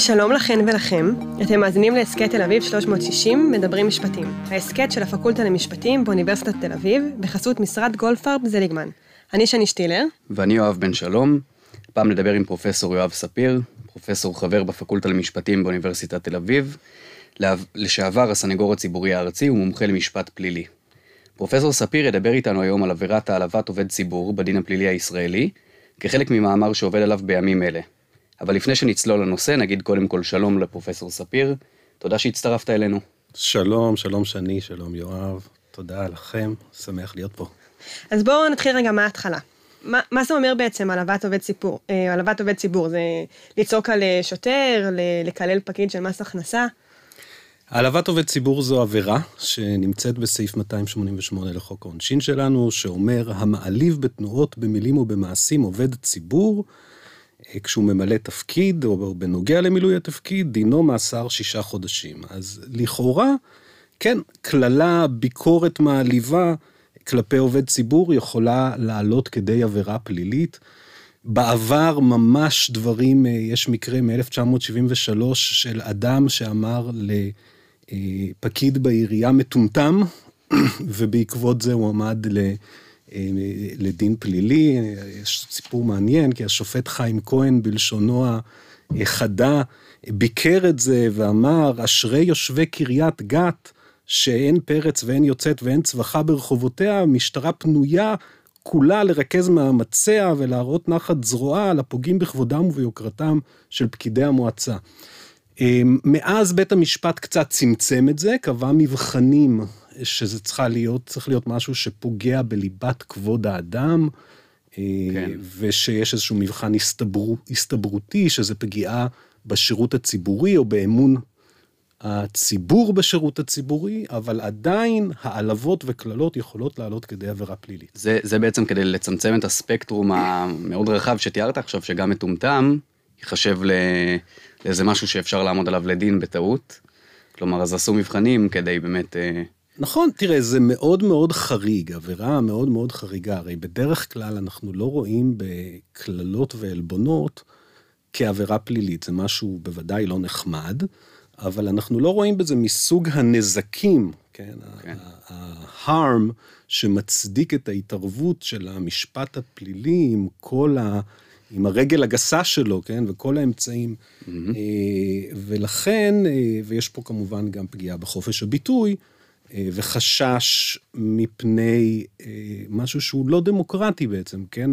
שלום לכן ולכם, אתם מאזינים להסכת תל אביב 360 מדברים משפטים, ההסכת של הפקולטה למשפטים באוניברסיטת תל אביב, בחסות משרד גולדפרב זליגמן. אני שני שטילר. ואני יואב בן שלום. פעם נדבר עם פרופסור יואב ספיר, פרופסור חבר בפקולטה למשפטים באוניברסיטת תל אביב, לשעבר הסנגור הציבורי הארצי ומומחה למשפט פלילי. פרופסור ספיר ידבר איתנו היום על עבירת העלבת עובד ציבור בדין הפלילי הישראלי, כחלק ממאמר שעובד עליו בימים אלה. אבל לפני שנצלול לנושא, נגיד קודם כל שלום לפרופסור ספיר. תודה שהצטרפת אלינו. שלום, שלום שני, שלום יואב. תודה לכם, שמח להיות פה. אז בואו נתחיל רגע מההתחלה. מה זה אומר בעצם העלבת עובד ציבור? זה לצעוק על שוטר, לקלל פקיד של מס הכנסה? העלבת עובד ציבור זו עבירה שנמצאת בסעיף 288 לחוק העונשין שלנו, שאומר, המעליב בתנועות, במילים ובמעשים עובד ציבור, כשהוא ממלא תפקיד, או בנוגע למילוי התפקיד, דינו מאסר 6 חודשים. אז לכאורה, כן, כללה, ביקורת מעליבה כלפי עובד ציבור, יכולה לעלות כדי עבירה פלילית. בעבר ממש דברים, יש מקרה מ-1973 של אדם שאמר לפקיד בעירייה מטומטם, ובעקבות זה הוא עמד לדין פלילי. יש סיפור מעניין, כי השופט חיים כהן בלשונו החדה ביקר את זה ואמר, אשרי יושבי קריית גת, שאין פרץ ואין יוצאת ואין צווחה ברחובותיה, משטרה פנויה כולה לרכז מאמציה ולהראות נחת זרועה על הפוגעים בכבודם וביוקרתם של פקידי המועצה. מאז בית המשפט קצת צמצם את זה, קבע מבחנים שזה צריך להיות משהו שפוגע בליבת כבוד האדם, כן. ושיש איזשהו מבחן הסתברותי, שזה פגיעה בשירות הציבורי, או באמון הציבור בשירות הציבורי, אבל עדיין העלבות וכללות יכולות לעלות כדי עבירה פלילית. זה בעצם כדי לצמצם את הספקטרום המאוד רחב שתיארת עכשיו, שגם מטומטם יחשב לאיזה משהו שאפשר לעמוד עליו לדין בטעות. כלומר, אז עשו מבחנים כדי באמת נכון, תראה, זה מאוד מאוד חריג, עבירה מאוד מאוד חריגה, הרי בדרך כלל אנחנו לא רואים בכללות ועלבונות כעבירה פלילית, זה משהו בוודאי לא נחמד, אבל אנחנו לא רואים בזה מסוג הנזקים, כן, ה-harm שמצדיק את ההתערבות של המשפט הפלילי עם הרגל הגסה שלו, כן, וכל האמצעים, ולכן, ויש פה כמובן גם פגיעה בחופש הביטוי, וחשש מפני משהו שהוא לא דמוקרטי בעצם, כן?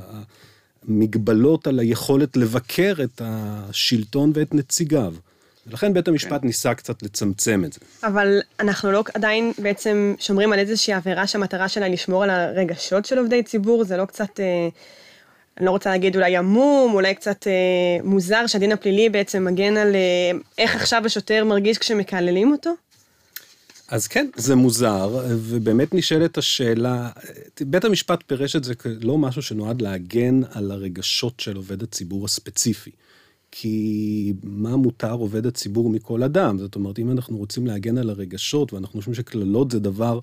המגבלות על היכולת לבקר את השלטון ואת נציגיו. ולכן בית המשפט ניסה קצת לצמצם את זה. אבל אנחנו לא עדיין בעצם שומרים על איזושהי עבירה שהמטרה שלה לשמור על הרגשות של עובדי ציבור, זה לא קצת, אני לא רוצה להגיד אולי עמום, אולי קצת מוזר שהדין הפלילי בעצם מגן על איך עכשיו השוטר מרגיש כשמקללים אותו? אז כן, זה מוזר, ובאמת נשאלת השאלה, בית המשפט פירש את זה לא משהו שנועד להגן על הרגשות של עובד הציבור הספציפי, כי מה מותר עובד הציבור מכל אדם? זאת אומרת, אם אנחנו רוצים להגן על הרגשות, ואנחנו חושבים שכללות זה דבר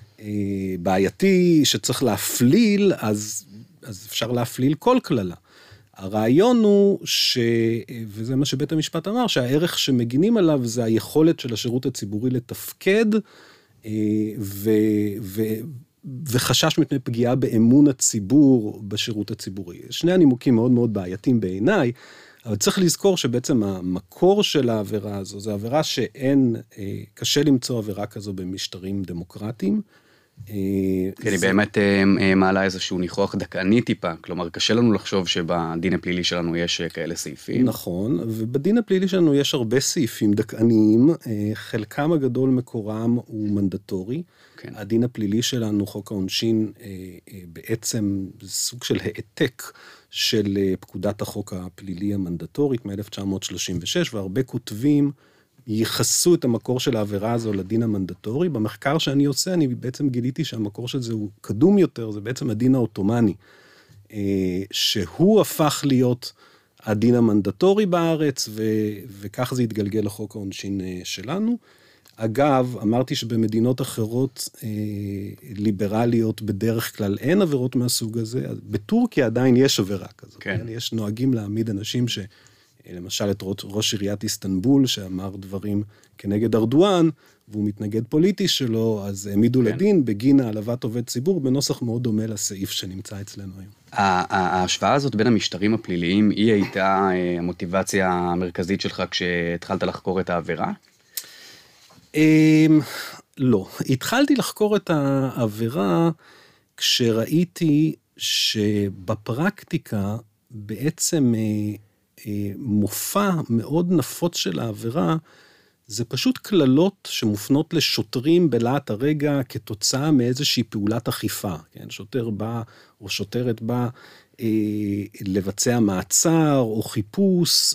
בעייתי, שצריך להפליל, אז אפשר להפליל כל כללה. הרעיון הוא וזה מה שבית המשפט אמר, שהערך שמגינים עליו זה היכולת של השירות הציבורי לתפקד, וחשש מפני פגיעה באמון הציבור בשירות הציבורי. שני הנימוקים מאוד מאוד בעייתיים בעיניי, אבל צריך לזכור שבעצם המקור של העבירה הזו, זה עבירה קשה למצוא עבירה כזו במשטרים דמוקרטיים, כן, היא באמת מעלה איזשהו ניחוח דכאני טיפה, כלומר קשה לנו לחשוב שבדין הפלילי שלנו יש כאלה סעיפים. נכון, ובדין הפלילי שלנו יש הרבה סעיפים דכאניים, חלקם הגדול מקורם הוא מנדטורי, כן. הדין הפלילי שלנו, חוק העונשין, בעצם סוג של העתק של פקודת החוק הפלילי המנדטורית מ-1936, והרבה כותבים ייחסו את המקור של העבירה הזו לדין המנדטורי. במחקר שאני עושה, אני בעצם גיליתי שהמקור של זה הוא קדום יותר, זה בעצם הדין האוטומני, שהוא הפך להיות הדין המנדטורי בארץ, וכך זה התגלגל לחוק העונשין שלנו. אגב, אמרתי שבמדינות אחרות ליברליות בדרך כלל אין עבירות מהסוג הזה, בטורקיה עדיין יש עבירה כזאת, כן. יש נוהגים להעמיד אנשים למשל את ראש עיריית איסטנבול, שאמר דברים כנגד ארדואן, והוא מתנגד פוליטי שלו, אז העמידו לדין בגין העלבת עובד ציבור, בנוסח מאוד דומה לסעיף שנמצא אצלנו היום. ההשוואה הזאת בין המשטרים הפליליים, היא הייתה המוטיבציה המרכזית שלך כשהתחלת לחקור את העבירה? לא. התחלתי לחקור את העבירה כשראיתי שבפרקטיקה בעצם מופע מאוד נפוץ של העבירה, זה פשוט כללות שמופנות לשוטרים בלהט הרגע כתוצאה מאיזושהי פעולת אכיפה. כן? שוטר בא או שוטרת בא לבצע מעצר או חיפוש,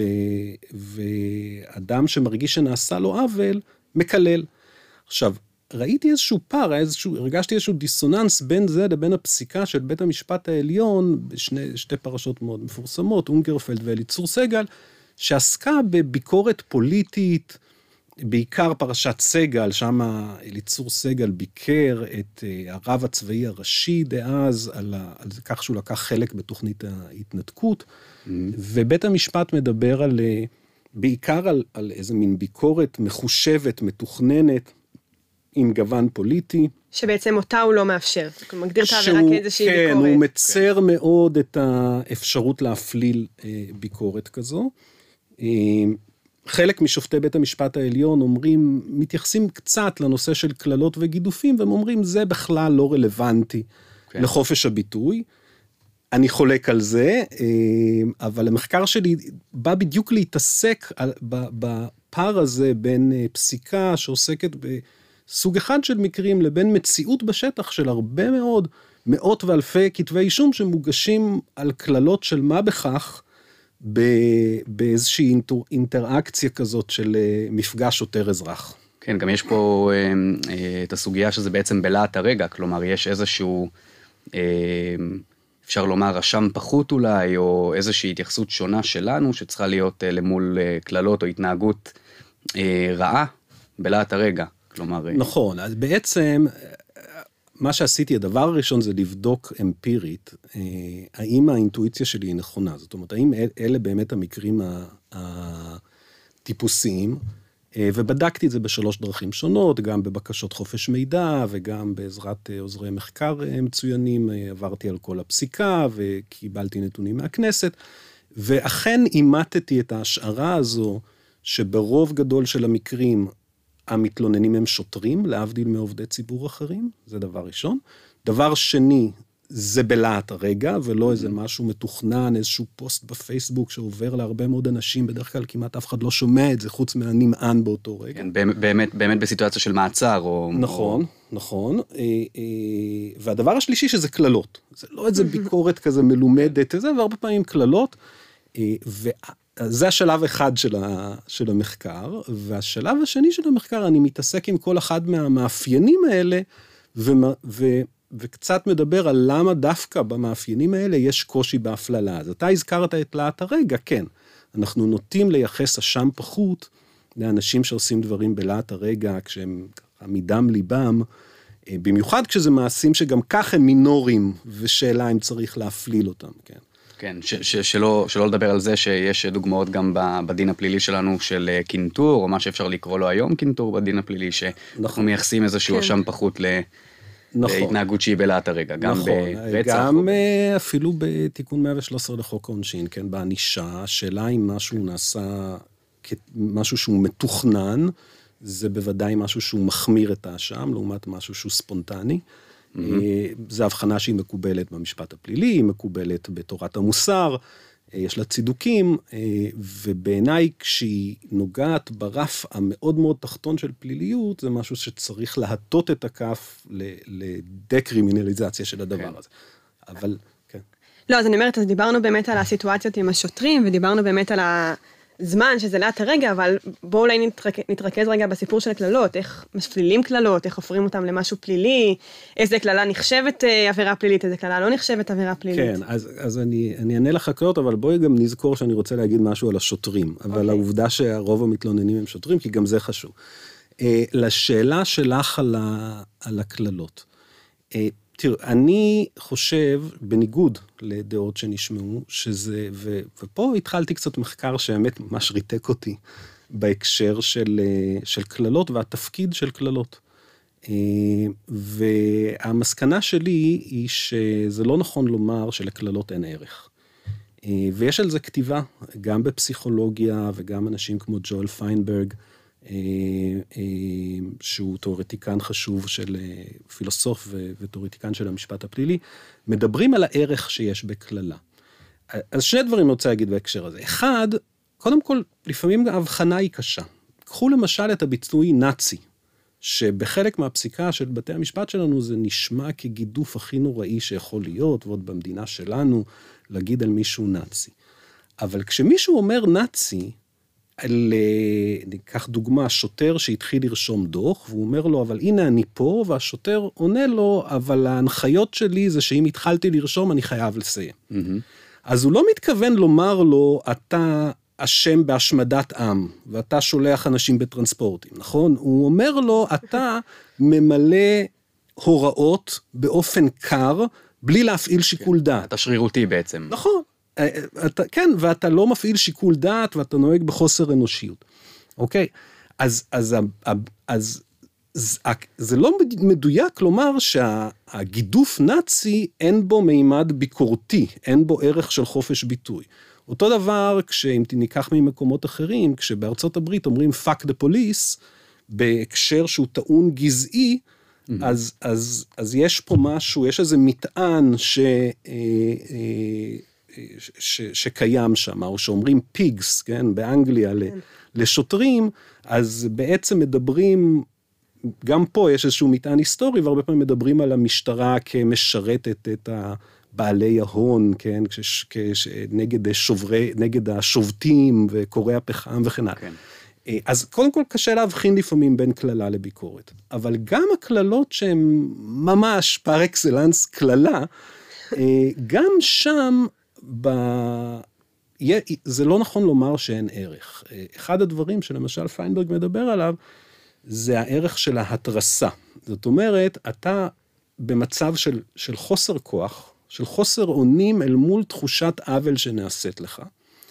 ואדם שמרגיש שנעשה לו עוול, מקלל. עכשיו, ראיתי איזשהו פער, הרגשתי איזשהו דיסוננס בין זה לבין הפסיקה של בית המשפט העליון, שתי פרשות מאוד מפורסמות, אונגרפלד ואליצור סגל, שעסקה בביקורת פוליטית, בעיקר פרשת סגל, שם אליצור סגל ביקר את הרב הצבאי הראשי דאז, על כך שהוא לקח חלק בתוכנית ההתנתקות, ובית המשפט מדבר בעיקר על איזה מין ביקורת מחושבת, מתוכננת, עם גוון פוליטי. שבעצם אותה הוא לא מאפשר. הוא מגדיר את העבירה כאיזושהי ביקורת. כן, הוא מצר מאוד את האפשרות להפליל ביקורת כזו. חלק משופטי בית המשפט העליון אומרים, מתייחסים קצת לנושא של כללות וגידופים, והם אומרים, זה בכלל לא רלוונטי לחופש הביטוי. אני חולק על זה, אבל המחקר שלי בא בדיוק להתעסק בפער הזה בין פסיקה שעוסקת בסוג אחד של מקרים, לבין מציאות בשטח של הרבה מאוד, מאות ואלפי כתבי אישום שמוגשים על כללות של מה בכך, באיזושהי אינטראקציה כזאת של מפגש שוטר אזרח. כן, גם יש פה את הסוגיה שזה בעצם בלהט הרגע, כלומר יש איזשהו, אפשר לומר, רשם פחות אולי, או איזושהי התייחסות שונה שלנו, שצריכה להיות למול כללות או התנהגות רעה בלהט הרגע, כלומר... נכון, אז בעצם... מה שעשיתי, הדבר הראשון זה לבדוק אמפירית, האם האינטואיציה שלי היא נכונה, זאת אומרת, האם אלה באמת המקרים הטיפוסיים, ובדקתי את זה בשלוש דרכים שונות, גם בבקשות חופש מידע, וגם בעזרת עוזרי מחקר מצוינים, עברתי על כל הפסיקה, וקיבלתי נתונים מהכנסת, ואכן אימתתי את ההשערה הזו, שברוב גדול של המקרים, המתלוננים הם שוטרים, להבדיל מעובדי ציבור אחרים, זה דבר ראשון. דבר שני, זה בלהט הרגע, ולא איזה משהו מתוכנן, איזשהו פוסט בפייסבוק שעובר להרבה מאוד אנשים, בדרך כלל כמעט אף אחד לא שומע את זה, חוץ מהנמען באותו רגע. כן, באמת בסיטואציה של מעצר, או... נכון, נכון. והדבר השלישי שזה כללות. זה לא איזה ביקורת כזה מלומדת, זה והרבה פעמים כללות, זה השלב אחד של המחקר, והשלב השני של המחקר, אני מתעסק עם כל אחד מהמאפיינים האלה, וקצת מדבר על למה דווקא במאפיינים האלה יש קושי בהפללה. אז אתה הזכרת את להט הרגע, כן. אנחנו נוטים לייחס אשם פחות לאנשים שעושים דברים בלהט הרגע, כשהם מדם ליבם, במיוחד כשזה מעשים שגם כך הם מינורים, ושאלה אם צריך להפליל אותם, כן. כן, שלא לדבר על זה שיש דוגמאות גם בדין הפלילי שלנו של קינטור, או מה שאפשר לקרוא לו היום קינטור בדין הפלילי, שאנחנו מייחסים איזשהו אשם פחות להתנהגות שהיא בלהט הרגע, גם ברצח. גם אפילו בתיקון 113 לחוק העונשין, כן, בענישה, השאלה אם משהו נעשה, משהו שהוא מתוכנן, זה בוודאי משהו שהוא מחמיר את האשם, לעומת משהו שהוא ספונטני. זו הבחנה שהיא מקובלת במשפט הפלילי, היא מקובלת בתורת המוסר, יש לה צידוקים, ובעיניי כשהיא נוגעת ברף המאוד מאוד תחתון של פליליות, זה משהו שצריך להטות את הכף לדקרימינליזציה של הדבר הזה. אבל, כן. לא, אז אני אומרת, אז דיברנו באמת על הסיטואציות עם השוטרים, ודיברנו באמת על הזמן שזה לאט הרגע, אבל בואו אולי נתרכז רגע בסיפור של הכללות, איך מפלילים כללות, איך הופכים אותם למשהו פלילי, איזה כללה נחשבת עבירה פלילית, איזה כללה לא נחשבת עבירה פלילית. כן, אז אני אענה לך כללות, אבל בואי גם נזכור שאני רוצה להגיד משהו על השוטרים, אבל העובדה שהרוב המתלוננים הם שוטרים, כי גם זה חשוב. לשאלה שלך על הכללות. תראו, אני חושב, בניגוד לדעות שנשמעו, שזה, ופה התחלתי קצת מחקר שהאמת ממש ריתק אותי, בהקשר של כללות והתפקיד של כללות. והמסקנה שלי היא שזה לא נכון לומר שלכללות אין ערך. ויש על זה כתיבה, גם בפסיכולוגיה וגם אנשים כמו ג'ואל פיינברג, שהוא תיאורטיקן חשוב של פילוסוף ותיאורטיקן של המשפט הפלילי, מדברים על הערך שיש בכללה. אז שני דברים אני רוצה להגיד בהקשר הזה. אחד, קודם כל, לפעמים ההבחנה היא קשה. קחו למשל את הביטוי נאצי, שבחלק מהפסיקה של בתי המשפט שלנו זה נשמע כגידוף הכי נוראי שיכול להיות, ועוד במדינה שלנו, להגיד על מישהו נאצי. אבל כשמישהו אומר נאצי, ניקח דוגמה, שוטר שהתחיל לרשום דוח, והוא אומר לו, אבל הנה אני פה, והשוטר עונה לו, אבל ההנחיות שלי זה שאם התחלתי לרשום, אני חייב לסיים. אז הוא לא מתכוון לומר לו, אתה אשם בהשמדת עם, ואתה שולח אנשים בטרנספורטים, נכון? הוא אומר לו, אתה ממלא הוראות באופן קר, בלי להפעיל שיקול דעת. אתה שרירותי בעצם. נכון. כן, ואתה לא מפעיל שיקול דעת, ואתה נוהג בחוסר אנושיות. אוקיי? אז זה לא מדויק לומר שהגידוף נאצי אין בו מימד ביקורתי, אין בו ערך של חופש ביטוי. אותו דבר, אם ניקח ממקומות אחרים, כשבארצות הברית אומרים fuck the police, בהקשר שהוא טעון גזעי, אז יש פה משהו, יש איזה מטען שקיים שם, או שאומרים פיגס, כן, באנגליה לשוטרים, אז בעצם מדברים, גם פה יש איזשהו מטען היסטורי, והרבה פעמים מדברים על המשטרה כמשרתת את בעלי ההון, כן, נגד השובטים וקוראי הפחם וכן הלאה. כן. אז קודם כל קשה להבחין לפעמים בין כללה לביקורת, אבל גם הכללות שהן ממש פר אקסלנס כללה, גם שם זה לא נכון לומר שאין ערך. אחד הדברים שלמשל פיינברג מדבר עליו, זה הערך של ההתרסה. זאת אומרת, אתה במצב של חוסר כוח, של חוסר אונים אל מול תחושת עוול שנעשית לך.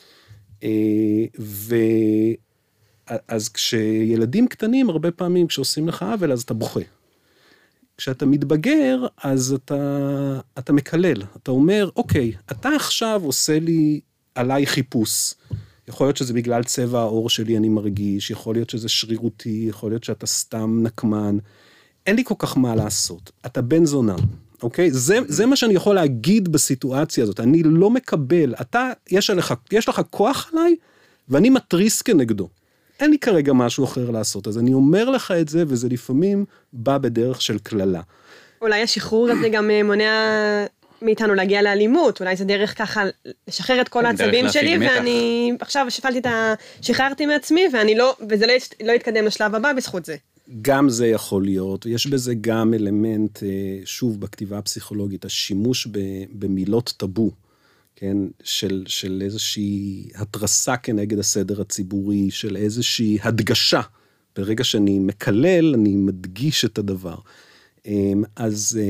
אז כשילדים קטנים, הרבה פעמים כשעושים לך עוול, אז אתה בוכה. כשאתה מתבגר, אז אתה מקלל. אתה אומר, אוקיי, אתה עכשיו עושה לי עליי חיפוש. יכול להיות שזה בגלל צבע העור שלי אני מרגיש, יכול להיות שזה שרירותי, יכול להיות שאתה סתם נקמן. אין לי כל כך מה לעשות. אתה בן זונה. אוקיי? זה מה שאני יכול להגיד בסיטואציה הזאת. אני לא מקבל. יש לך כוח עליי, ואני מטריס כנגדו. אין לי כרגע משהו אחר לעשות. אז אני אומר לך את זה, וזה לפעמים בא בדרך של כללה. אולי השחרור הזה גם מונע מאיתנו להגיע לאלימות. אולי זה דרך ככה לשחרר את כל העצבים שלי, ואני עכשיו שחררתי מעצמי, וזה לא יתקדם לשלב הבא בזכות זה. גם זה יכול להיות, יש בזה גם אלמנט, שוב, בכתיבה הפסיכולוגית, השימוש במילות טאבו, כן, של איזושהי התרסה כנגד הסדר הציבורי, של איזושהי הדגשה, ברגע שאני מקלל, אני מדגיש את הדבר. אז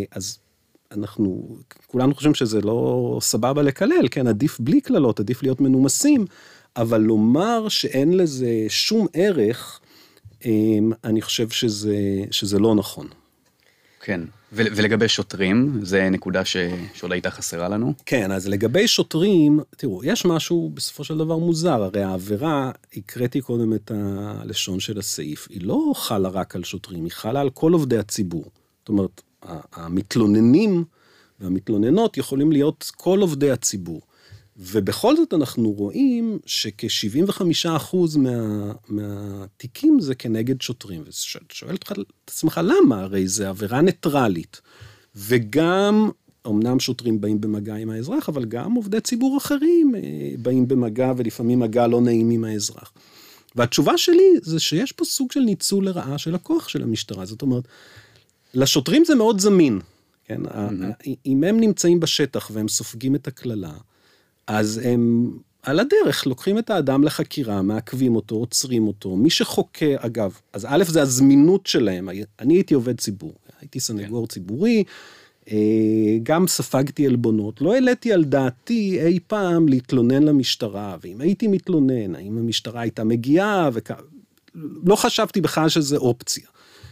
אנחנו, כולנו חושבים שזה לא סבבה לקלל, כן, עדיף בלי כללות, עדיף להיות מנומסים, אבל לומר שאין לזה שום ערך, אני חושב שזה לא נכון. כן, ולגבי שוטרים, זה נקודה שעוד הייתה חסרה לנו. כן, אז לגבי שוטרים, תראו, יש משהו בסופו של דבר מוזר, הרי העבירה, הקראתי קודם את הלשון של הסעיף, היא לא חלה רק על שוטרים, היא חלה על כל עובדי הציבור. זאת אומרת, המתלוננים והמתלוננות יכולים להיות כל עובדי הציבור. ובכל זאת אנחנו רואים שכ-75% מהתיקים זה כנגד שוטרים. ושואל את עצמך למה? הרי זה עבירה ניטרלית. וגם, אמנם שוטרים באים במגע עם האזרח, אבל גם עובדי ציבור אחרים באים במגע, ולפעמים מגע לא נעים עם האזרח. והתשובה שלי זה שיש פה סוג של ניצול לרעה של הכוח של המשטרה. זאת אומרת, לשוטרים זה מאוד זמין. כן? אם הם נמצאים בשטח והם סופגים את הכללה, אז הם על הדרך לוקחים את האדם לחקירה, מעכבים אותו, עוצרים אותו, מי שחוקר, אגב, אז א' זה הזמינות שלהם, אני הייתי עובד ציבור, הייתי סנגור ציבורי, גם ספגתי עלבונות, לא העליתי על דעתי אי פעם להתלונן למשטרה, ואם הייתי מתלונן, האם המשטרה הייתה מגיעה, לא חשבתי בכלל שזה אופציה.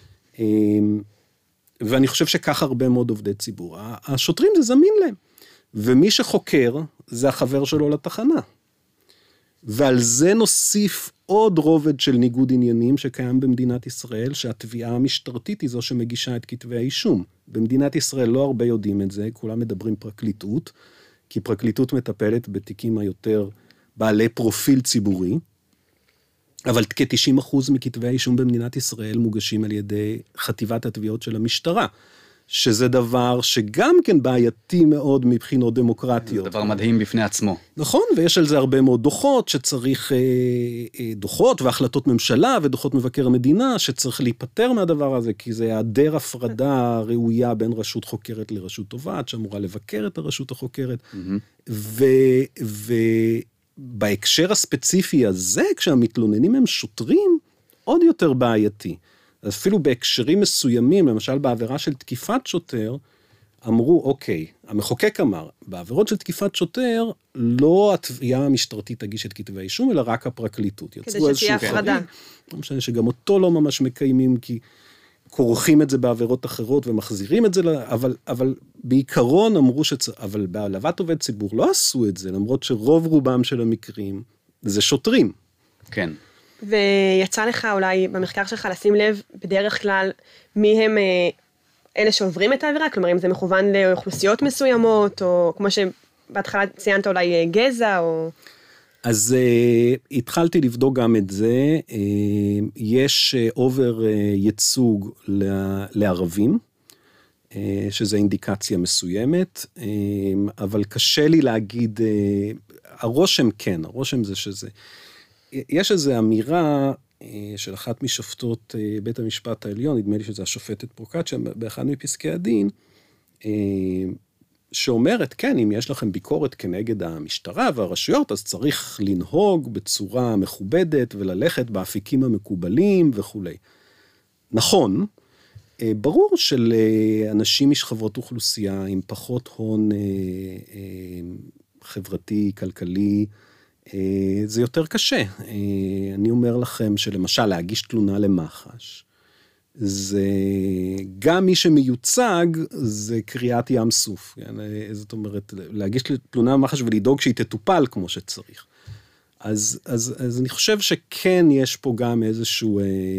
ואני חושב שכך הרבה מאוד עובדי ציבור. השוטרים זה זמין להם, ומי שחוקר זה החבר שלו לתחנה. ועל זה נוסיף עוד רובד של ניגוד עניינים שקיים במדינת ישראל, שהתביעה המשטרתית היא זו שמגישה את כתבי האישום. במדינת ישראל לא הרבה יודעים את זה, כולם מדברים פרקליטות, כי פרקליטות מטפלת בתיקים היותר בעלי פרופיל ציבורי, אבל כ-90% מכתבי האישום במדינת ישראל מוגשים על ידי חטיבת התביעות של המשטרה, שזה דבר שגם כן בעייתי מאוד מבחינות דמוקרטיות. זה דבר מדהים בפני עצמו. נכון, ויש על זה הרבה מאוד דוחות, שצריך דוחות והחלטות ממשלה ודוחות מבקר המדינה, שצריך להיפטר מהדבר הזה, כי זה היעדר הפרדה ראויה בין רשות חוקרת לרשות תובעת, שאמורה לבקר את הרשות החוקרת, ובהקשר הספציפי הזה, כשהמתלוננים הם שוטרים, עוד יותר בעייתי. אפילו בהקשרים מסוימים, למשל בעבירה של תקיפת שוטר, אמרו, אוקיי, המחוקק אמר, בעבירות של תקיפת שוטר, לא התביעה המשטרתית תגיש את כתבי האישום, אלא רק הפרקליטות. כדי שתהיה הפרדה. לא משנה שגם אותו לא ממש מקיימים, כי כורכים את זה בעבירות אחרות ומחזירים את זה, אבל בעיקרון אמרו אבל בהעלבת עובד ציבור לא עשו את זה, למרות שרוב רובם של המקרים זה שוטרים. כן. ויצא לך אולי במחקר שלך לשים לב בדרך כלל מי הם אלה שעוברים את העבירה, כלומר אם זה מכוון לאוכלוסיות מסוימות, או כמו שבהתחלה ציינת אולי גזע, או... אז התחלתי לבדוק גם את זה, יש אובר ייצוג לערבים, שזה אינדיקציה מסוימת, אבל קשה לי להגיד, הרושם כן, הרושם זה שזה, יש איזו אמירה של אחת משופטות בית המשפט העליון, נדמה לי שזה השופטת פרוקצ'יה, באחד מפסקי הדין, שאומרת, כן, אם יש לכם ביקורת כנגד המשטרה והרשויות, אז צריך לנהוג בצורה מכובדת וללכת באפיקים המקובלים וכו'. נכון, ברור שלאנשים משכבות אוכלוסייה עם פחות הון חברתי, כלכלי, זה יותר קשה. אני אומר לכם שלמשל להגיש תלונה למח"ש, זה גם מי שמיוצג זה קריאת ים סוף. זאת אומרת, להגיש תלונה למח"ש ולדאוג שהיא תטופל כמו שצריך. אז אני חושב שכן יש פה גם איזשהו,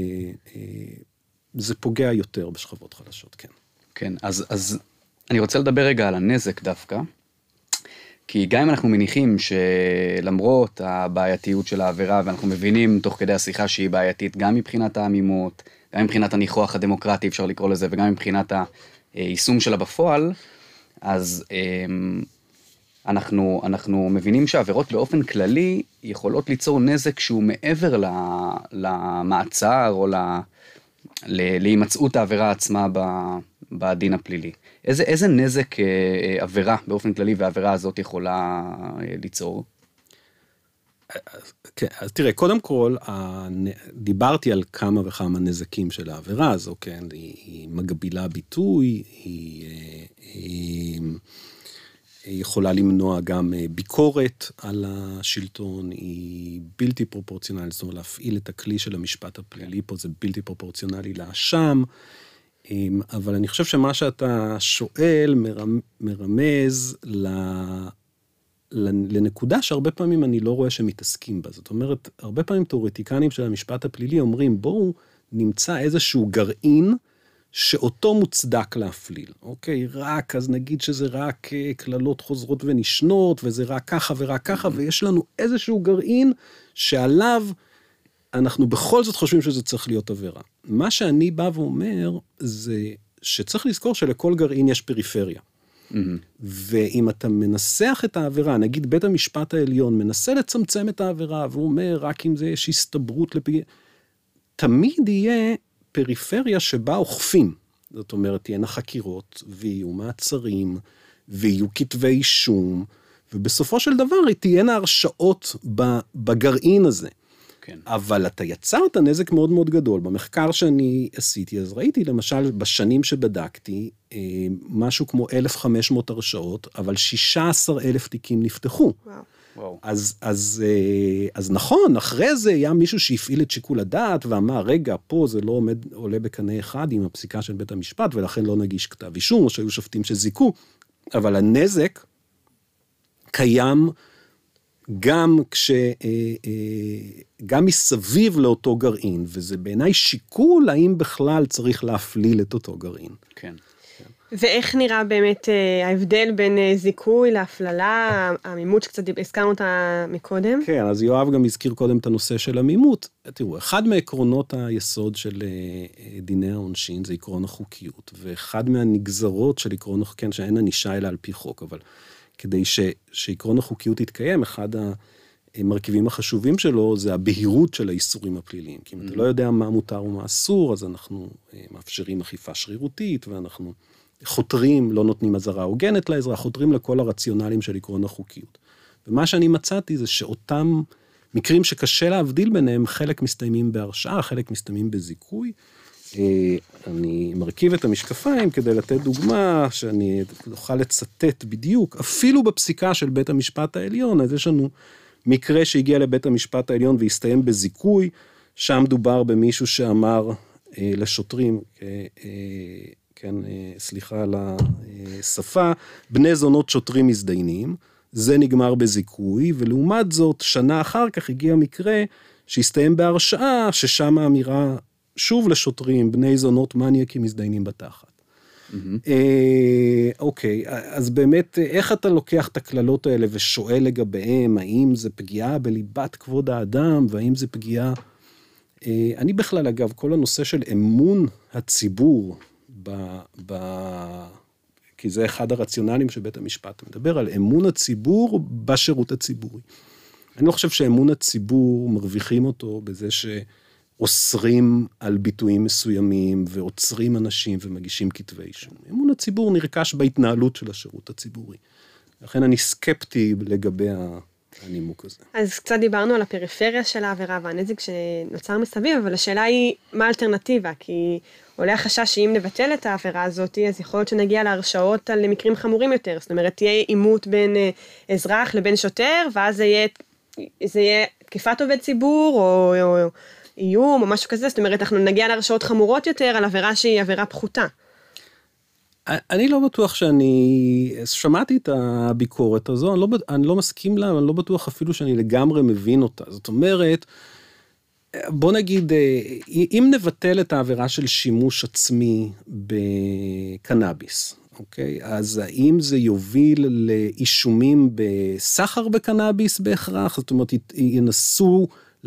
זה פוגע יותר בשכבות חלשות, כן. כן, אז אני רוצה לדבר רגע על הנזק דווקא, כי גם אם אנחנו מניחים שלמרות הבעייתיות של העבירה, ואנחנו מבינים תוך כדי השיחה שהיא בעייתית, גם מבחינת העמימות, גם מבחינת הניחוח הדמוקרטי, אפשר לקרוא לזה, וגם מבחינת היישום שלה בפועל, אז אנחנו מבינים שהעבירות באופן כללי יכולות ליצור נזק שהוא מעבר למעצר או להימצאות העבירה עצמה בדין הפלילי. איזה נזק עבירה באופן כללי והעבירה הזאת יכולה ליצור? כן, אז תראה, קודם כל, דיברתי על כמה וכמה נזקים של העבירה הזו, כן? היא מגבילה ביטוי, היא יכולה למנוע גם ביקורת על השלטון, היא בלתי פרופורציונלית, זאת אומרת, להפעיל את הכלי של המשפט הפלילי פה, זה בלתי פרופורציונלי לאשם, אבל אני חושב שמה שאתה שואל מרמז לנקודה שהרבה פעמים אני לא רואה שמתעסקים בה. זאת אומרת, הרבה פעמים תיאורטיקנים של המשפט הפלילי אומרים, בואו נמצא איזשהו גרעין שאותו מוצדק להפליל. אוקיי, רק, אז נגיד שזה רק כללות חוזרות ונשנות, וזה רק ככה ורק ככה, ויש לנו איזשהו גרעין שעליו אנחנו בכל זאת חושבים שזה צריך להיות עבירה. מה שאני בא ואומר, זה שצריך לזכור שלכל גרעין יש פריפריה. ואם אתה מנסח את העבירה, נגיד בית המשפט העליון מנסה לצמצם את העבירה, והוא אומר, רק אם זה יש הסתברות תמיד יהיה פריפריה שבה אוכפים. זאת אומרת, תהיינה חקירות, ויהיו מעצרים, ויהיו כתבי אישום, ובסופו של דבר תהיינה הרשעות בגרעין הזה. כן. אבל אתה יצרת נזק מאוד מאוד גדול. במחקר שאני עשיתי, אז ראיתי למשל בשנים שבדקתי, משהו כמו 1,500 הרשאות, אבל 16,000 תיקים נפתחו. וואו. אז נכון, אחרי זה היה מישהו שהפעיל את שיקול הדעת, ואמר, רגע, פה זה לא עולה בקנה אחד עם הפסיקה של בית המשפט, ולכן לא נגיש כתב אישום, או שהיו שופטים שזיקו, אבל הנזק קיים גם מסביב לאותו גרעין, וזה בעיניי שיקול האם בכלל צריך להפליל את אותו גרעין. כן. ואיך נראה באמת ההבדל בין זיכוי להפללה, העמימות שקצת הזכרנו אותה מקודם? כן, אז יואב גם הזכיר קודם את הנושא של עמימות. תראו, אחד מעקרונות היסוד של דיני העונשין זה עקרון החוקיות, ואחד מהנגזרות של עקרון החוקיות, כן, שאין ענישה אלא על פי חוק, אבל כדי שעקרון החוקיות יתקיים, אחד המרכיבים החשובים שלו זה הבהירות של האיסורים הפליליים. כי אם אתה לא יודע מה מותר ומה אסור, אז אנחנו מאפשרים אכיפה שרירותית, ואנחנו חותרים, לא נותנים אזהרה הוגנת לאזרח, חותרים לכל הרציונלים של עקרון החוקיות. ומה שאני מצאתי זה שאותם מקרים שקשה להבדיל ביניהם, חלק מסתיימים בהרשעה, חלק מסתיימים בזיכוי. אני מרכיב את המשקפיים כדי לתת דוגמה שאני אוכל לצטט בדיוק, אפילו בפסיקה של בית המשפט העליון, אז יש לנו מקרה שהגיע לבית המשפט העליון והסתיים בזיכוי, שם דובר במישהו שאמר לשוטרים, כן, סליחה על השפה, בני זונות שוטרים מזדיינים, זה נגמר בזיכוי, ולעומת זאת, שנה אחר כך הגיע מקרה שהסתיים בהרשעה, ששם האמירה שוב לשוטרים, בני זונות מניאקים מזדיינים בתחת. אוקיי, אז באמת, איך אתה לוקח את הכללות האלה ושואל לגביהם, האם זה פגיעה בליבת כבוד האדם, והאם זה פגיעה... אני בכלל, אגב, כל הנושא של אמון הציבור, כי זה אחד הרציונלים שבית המשפט מדבר על אמון הציבור בשירות הציבורי. אני לא חושב שאמון הציבור מרוויחים אותו בזה שאוסרים על ביטויים מסוימים ועוצרים אנשים ומגישים כתבי אישום. אמון הציבור נרכש בהתנהלות של השירות הציבורי. לכן אני סקפטי לגבי הנימוק הזה. אז קצת דיברנו על הפריפריה של העבירה והנזק שנוצר מסביב, אבל השאלה היא מה האלטרנטיבה? כי עולה החשש שאם נבטל את העבירה הזאת, אז יכול להיות שנגיע להרשעות על מקרים חמורים יותר. זאת אומרת, תהיה עימות בין אזרח לבין שוטר, ואז זה יהיה תקיפת עובד ציבור, או איום, או משהו כזה. זאת אומרת, אנחנו נגיע להרשעות חמורות יותר על עבירה שהיא עבירה פחותה. אני לא בטוח שאני שמעתי את הביקורת הזו, אני לא מסכים לה, אני לא בטוח אפילו שאני לגמרי מבין אותה. זאת אומרת, בוא נגיד, אם נבטל את העבירה של שימוש עצמי בקנאביס, אוקיי? אז האם זה יוביל לאישומים בסחר בקנאביס בהכרח? זאת אומרת, ינסו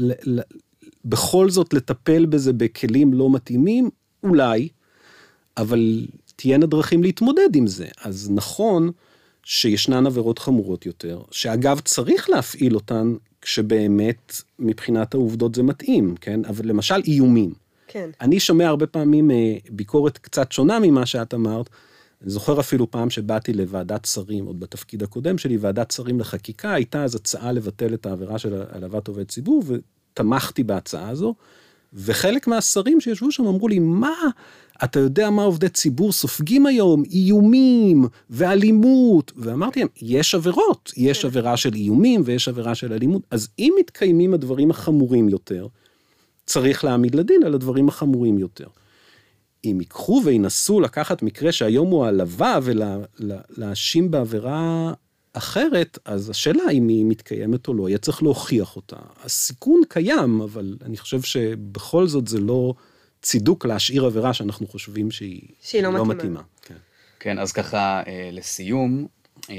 בכל זאת לטפל בזה בכלים לא מתאימים? אולי, אבל תהיינה דרכים להתמודד עם זה. אז נכון שישנן עבירות חמורות יותר, שאגב צריך להפעיל אותן כשבאמת מבחינת העובדות זה מתאים, כן? אבל למשל איומים. כן. אני שומע הרבה פעמים ביקורת קצת שונה ממה שאת אמרת, אני זוכר אפילו פעם שבאתי לוועדת שרים, עוד בתפקיד הקודם שלי, ועדת שרים לחקיקה, הייתה אז הצעה לבטל את העבירה של העלבת עובד ציבור, ותמכתי בהצעה הזו, וחלק מהשרים שישבו שם אמרו לי, מה? אתה יודע מה עובדי ציבור סופגים היום? איומים ואלימות. ואמרתי להם, יש עבירות, יש עבירה של איומים ויש עבירה של אלימות. אז אם מתקיימים הדברים החמורים יותר, צריך להעמיד לדין על הדברים החמורים יותר. אם ייקחו וינסו לקחת מקרה שהיום הוא העלבה ולהאשים בעבירה אחרת, אז השאלה אם היא מתקיימת או לא, יהיה צריך להוכיח אותה. הסיכון קיים, אבל אני חושב שבכל זאת זה לא צידוק להשאיר עבירה שאנחנו חושבים שהיא לא מתאימה. כן, אז ככה לסיום,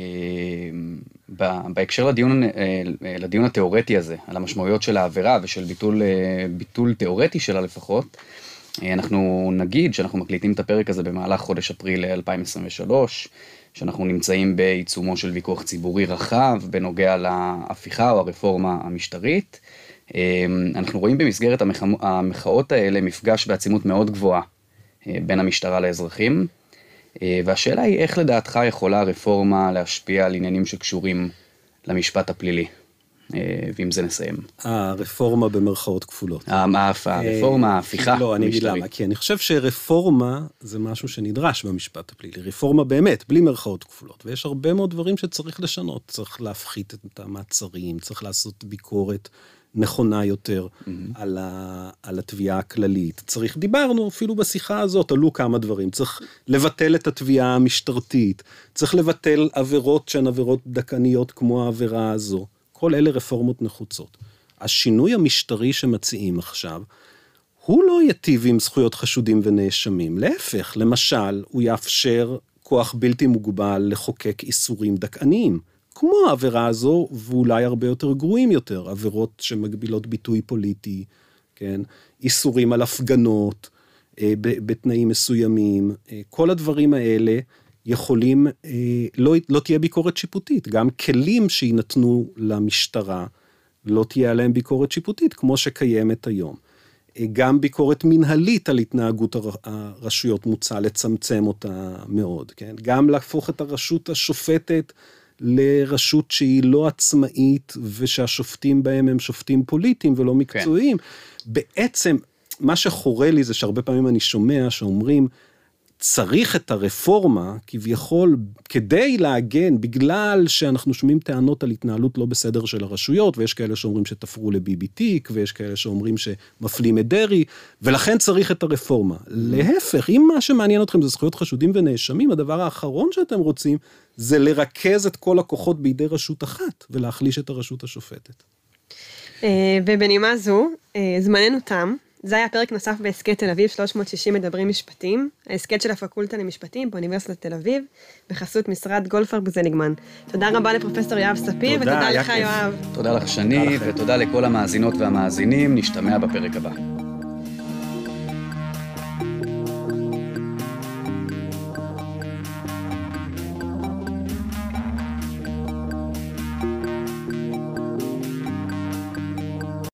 בהקשר לדיון התיאורטי הזה, על המשמעויות של העבירה ושל ביטול תיאורטי שלה לפחות, אנחנו נגיד שאנחנו מקליטים את הפרק הזה במהלך חודש אפריל 2023, שאנחנו נמצאים בעיצומו של ויכוח ציבורי רחב בנוגע להפיכה או הרפורמה המשטרית. אנחנו רואים במסגרת המחאות האלה מפגש בעצימות מאוד גבוהה בין המשטרה לאזרחים, והשאלה היא איך לדעתך יכולה הרפורמה להשפיע על עניינים שקשורים למשפט הפלילי? ועם זה נסיים. הרפורמה במרכאות כפולות. הרפורמה, ההפיכה. לא, אני אגיד למה, כי אני חושב שרפורמה זה משהו שנדרש במשפט הפלילי. רפורמה באמת, בלי מרכאות כפולות. ויש הרבה מאוד דברים שצריך לשנות. צריך להפחית את המעצרים, צריך לעשות ביקורת נכונה יותר על התביעה הכללית. צריך, דיברנו אפילו בשיחה הזאת, עלו כמה דברים. צריך לבטל את התביעה המשטרתית. צריך לבטל עבירות שהן עבירות דקניות כמו העבירה הזו. כל אלה רפורמות נחוצות. השינוי המשטרי שמציעים עכשיו, הוא לא יטיב עם זכויות חשודים ונאשמים. להפך, למשל, הוא יאפשר כוח בלתי מוגבל לחוקק איסורים דקניים. כמו העבירה הזו, ואולי הרבה יותר גרועים יותר, עבירות שמגבילות ביטוי פוליטי, כן? איסורים על הפגנות, בתנאים מסוימים, כל הדברים האלה יכולים, לא תהיה ביקורת שיפוטית, גם כלים שינתנו למשטרה, לא תהיה עליהם ביקורת שיפוטית, כמו שקיימת היום. גם ביקורת מנהלית על התנהגות הרשויות מוצע לצמצם אותה מאוד, כן? גם להפוך את הרשות השופטת לרשות שהיא לא עצמאית, ושהשופטים בהם הם שופטים פוליטיים ולא מקצועיים. כן. בעצם, מה שחורה לי זה שהרבה פעמים אני שומע שאומרים, צריך את הרפורמה, כביכול, כדי להגן, בגלל שאנחנו שומעים טענות על התנהלות לא בסדר של הרשויות, ויש כאלה שאומרים שתפרו לביבי תיק, ויש כאלה שאומרים שמפלים את דרי, ולכן צריך את הרפורמה. להפך, אם מה שמעניין אתכם זה זכויות חשודים ונאשמים, הדבר האחרון שאתם רוצים, זה לרכז את כל הכוחות בידי רשות אחת, ולהחליש את הרשות השופטת. ובנימה זו, זמננו תם, זה היה פרק נוסף בהסקט תל אביב, 360 מדברים משפטים, ההסקט של הפקולטה למשפטים באוניברסיטת תל אביב, בחסות משרד גולדפרב זליגמן. תודה רבה לפרופסור יואב ספיר, ותודה לך יואב. תודה לך שני, ותודה לכל המאזינות והמאזינים, נשתמע בפרק הבא.